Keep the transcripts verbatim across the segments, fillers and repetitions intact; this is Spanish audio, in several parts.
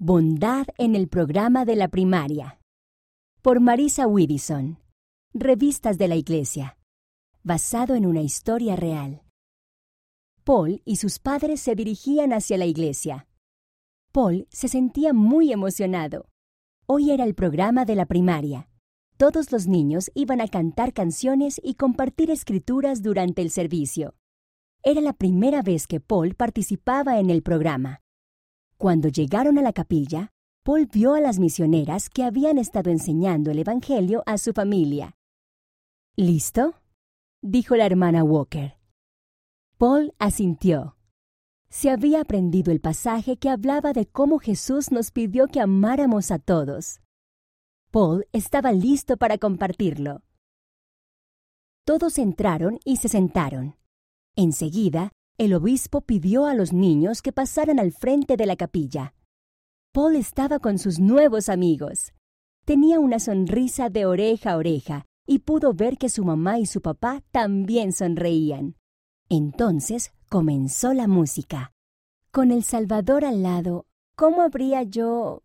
Bondad en el programa de la primaria. Por Marisa Widison. Revistas de la Iglesia. Basado en una historia real. Paul y sus padres se dirigían hacia la iglesia. Paul se sentía muy emocionado. Hoy era el programa de la primaria. Todos los niños iban a cantar canciones y compartir escrituras durante el servicio. Era la primera vez que Paul participaba en el programa. Cuando llegaron a la capilla, Paul vio a las misioneras que habían estado enseñando el Evangelio a su familia. ¿Listo?, dijo la hermana Walker. Paul asintió. Se había aprendido el pasaje que hablaba de cómo Jesús nos pidió que amáramos a todos. Paul estaba listo para compartirlo. Todos entraron y se sentaron. Enseguida, el obispo pidió a los niños que pasaran al frente de la capilla. Paul estaba con sus nuevos amigos. Tenía una sonrisa de oreja a oreja y pudo ver que su mamá y su papá también sonreían. Entonces comenzó la música. Con el Salvador al lado, ¿cómo habría yo...?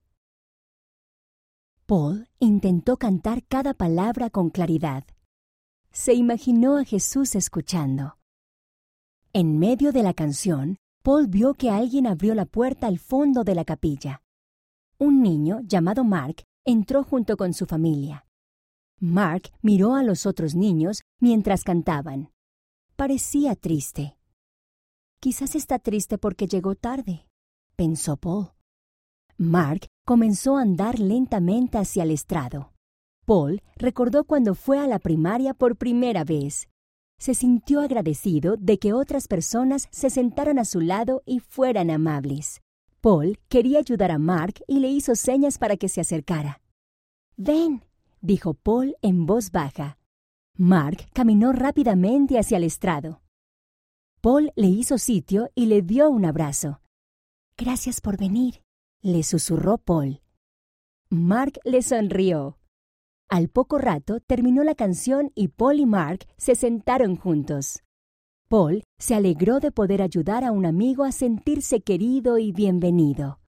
Paul intentó cantar cada palabra con claridad. Se imaginó a Jesús escuchando. En medio de la canción, Paul vio que alguien abrió la puerta al fondo de la capilla. Un niño llamado Mark entró junto con su familia. Mark miró a los otros niños mientras cantaban. Parecía triste. Quizás está triste porque llegó tarde, pensó Paul. Mark comenzó a andar lentamente hacia el estrado. Paul recordó cuando fue a la primaria por primera vez. Se sintió agradecido de que otras personas se sentaran a su lado y fueran amables. Paul quería ayudar a Mark y le hizo señas para que se acercara. «Ven», dijo Paul en voz baja. Mark caminó rápidamente hacia el estrado. Paul le hizo sitio y le dio un abrazo. «Gracias por venir», le susurró Paul. Mark le sonrió. Al poco rato terminó la canción y Paul y Mark se sentaron juntos. Paul se alegró de poder ayudar a un amigo a sentirse querido y bienvenido.